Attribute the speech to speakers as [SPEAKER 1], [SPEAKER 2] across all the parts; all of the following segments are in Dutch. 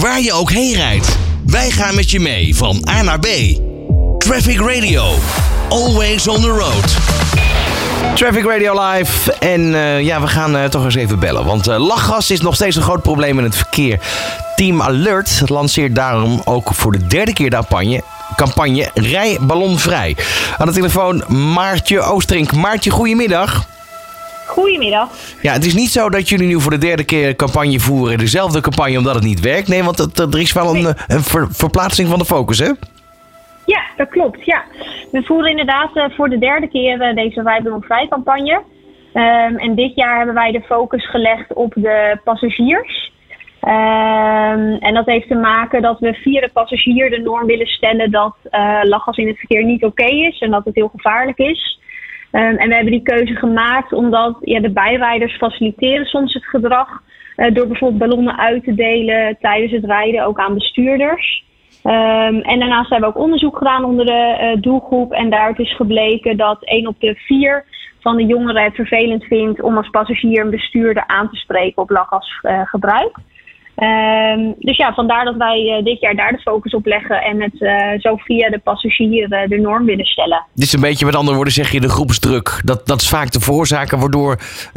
[SPEAKER 1] waar je ook heen rijdt. Wij gaan met je mee van A naar B. Traffic Radio. Always on the road.
[SPEAKER 2] Traffic Radio Live. En we gaan toch eens even bellen. Want lachgas is nog steeds een groot probleem in het verkeer. Team Alert lanceert daarom ook voor de derde keer de campagne Rij Ballonvrij. Aan de telefoon Maartje Oosterink. Maartje, goedemiddag.
[SPEAKER 3] Goedemiddag.
[SPEAKER 2] Ja, het is niet zo dat jullie nu voor de derde keer campagne voeren. Dezelfde campagne omdat het niet werkt. Nee, want er is wel een verplaatsing van de focus, hè?
[SPEAKER 3] Ja, dat klopt. Ja. We voeren inderdaad voor de derde keer deze Rij Ballonvrij campagne. En dit jaar hebben wij de focus gelegd op de passagiers. En dat heeft te maken dat we via de passagier de norm willen stellen dat lachgas in het verkeer niet oké is en dat het heel gevaarlijk is. En we hebben die keuze gemaakt omdat de bijrijders faciliteren soms het gedrag door bijvoorbeeld ballonnen uit te delen tijdens het rijden, ook aan bestuurders. En daarnaast hebben we ook onderzoek gedaan onder de doelgroep en daaruit is gebleken dat 1 op de 4 van de jongeren het vervelend vindt om als passagier een bestuurder aan te spreken op lachgasgebruik. Dus ja, vandaar dat wij dit jaar daar de focus op leggen en het zo via de passagier de norm willen stellen.
[SPEAKER 2] Dit is een beetje, met andere woorden zeg je, de groepsdruk. Dat is vaak de veroorzaker waardoor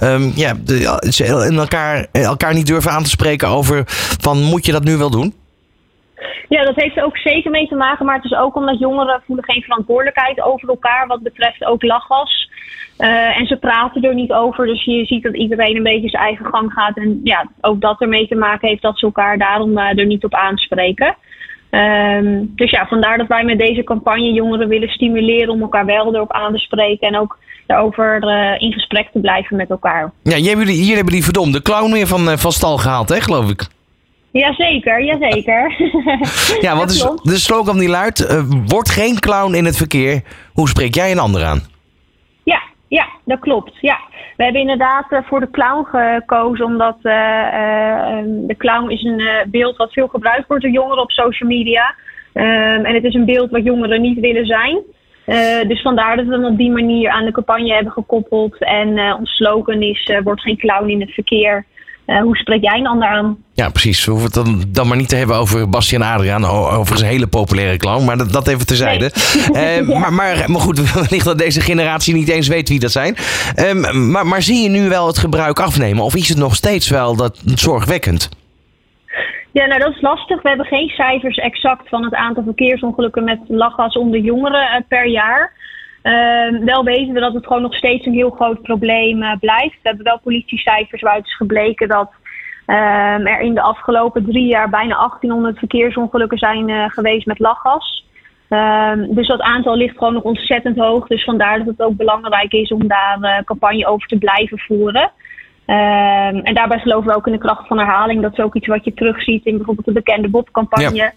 [SPEAKER 2] ze elkaar niet durven aan te spreken over van moet je dat nu wel doen?
[SPEAKER 3] Ja, dat heeft er ook zeker mee te maken, maar het is ook omdat jongeren voelen geen verantwoordelijkheid over elkaar wat betreft ook lachgas. En ze praten er niet over, dus je ziet dat iedereen een beetje zijn eigen gang gaat. En ja, ook dat ermee te maken heeft dat ze elkaar daarom er niet op aanspreken. Dus ja, vandaar dat wij met deze campagne jongeren willen stimuleren om elkaar wel erop aan te spreken. En ook daarover in gesprek te blijven met elkaar.
[SPEAKER 2] Ja, hier hebben die verdomde clown weer van stal gehaald, hè, geloof ik.
[SPEAKER 3] Jazeker.
[SPEAKER 2] Ja, wat is de slogan die luidt, word geen clown in het verkeer. Hoe spreek jij een ander aan?
[SPEAKER 3] Ja, dat klopt. Ja. We hebben inderdaad voor de clown gekozen omdat de clown is een beeld wat veel gebruikt wordt door jongeren op social media. En het is een beeld wat jongeren niet willen zijn. Dus vandaar dat we hem op die manier aan de campagne hebben gekoppeld. En ons slogan is, word geen clown in het verkeer. Hoe spreek jij een ander aan?
[SPEAKER 2] Ja, precies. We hoeven het dan maar niet te hebben over Bastiaan Adriaan. Overigens een hele populaire clown, maar dat even terzijde. Nee. Ja. Maar goed, wellicht dat deze generatie niet eens weet wie dat zijn. Maar zie je nu wel het gebruik afnemen? Of is het nog steeds wel zorgwekkend?
[SPEAKER 3] Ja, nou dat is lastig. We hebben geen cijfers exact van het aantal verkeersongelukken met lachgas onder jongeren per jaar. Wel weten we dat het gewoon nog steeds een heel groot probleem blijft. We hebben wel politiecijfers waaruit is gebleken dat er in de afgelopen 3 jaar bijna 1800 verkeersongelukken zijn geweest met lachgas. Dus dat aantal ligt gewoon nog ontzettend hoog. Dus vandaar dat het ook belangrijk is om daar campagne over te blijven voeren. En daarbij geloven we ook in de kracht van herhaling. Dat is ook iets wat je terugziet in bijvoorbeeld de bekende Bob-campagne. Ja.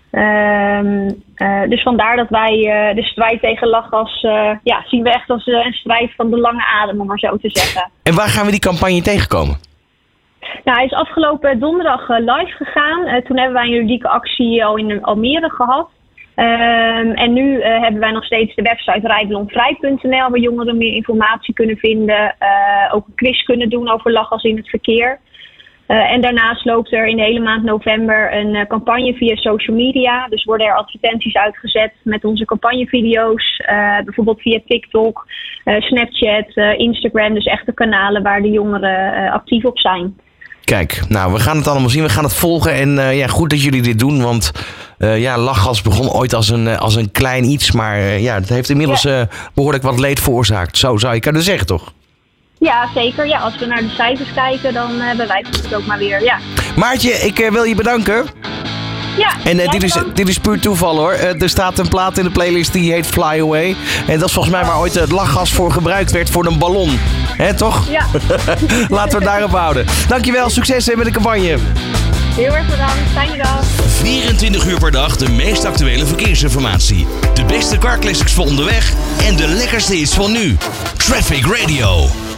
[SPEAKER 3] Dus vandaar dat wij de strijd tegen lachgas zien we echt als een strijd van de lange adem, om maar zo te zeggen.
[SPEAKER 2] En waar gaan we die campagne tegenkomen?
[SPEAKER 3] Nou, hij is afgelopen donderdag live gegaan. Toen hebben wij een juridieke actie al in Almere gehad. En nu hebben wij nog steeds de website rijballonvrij.nl waar jongeren meer informatie kunnen vinden. Ook een quiz kunnen doen over lachgas in het verkeer. En daarnaast loopt er in de hele maand november een campagne via social media. Dus worden er advertenties uitgezet met onze campagnevideo's. Bijvoorbeeld via TikTok, Snapchat, Instagram. Dus echte kanalen waar de jongeren actief op zijn.
[SPEAKER 2] Kijk, nou, we gaan het allemaal zien. We gaan het volgen. En goed dat jullie dit doen. Want lachgas begon ooit als een klein iets. Maar het heeft inmiddels behoorlijk wat leed veroorzaakt. Zo zou je kunnen zeggen, toch?
[SPEAKER 3] Ja, zeker. Ja, als we naar de cijfers kijken, dan bewijst het ook maar weer. Ja.
[SPEAKER 2] Maartje, ik wil je bedanken.
[SPEAKER 3] Ja,
[SPEAKER 2] en dit is puur toeval hoor. Er staat een plaat in de playlist die heet Fly Away. En dat is volgens mij waar ooit het lachgas voor gebruikt werd voor een ballon. Hè, toch?
[SPEAKER 3] Ja.
[SPEAKER 2] Laten we het daarop houden. Dankjewel, succes met de campagne.
[SPEAKER 3] Heel erg bedankt, fijne dag.
[SPEAKER 1] 24 uur per dag de meest actuele verkeersinformatie. De beste car classics voor onderweg en de lekkerste hits van nu. Traffic Radio.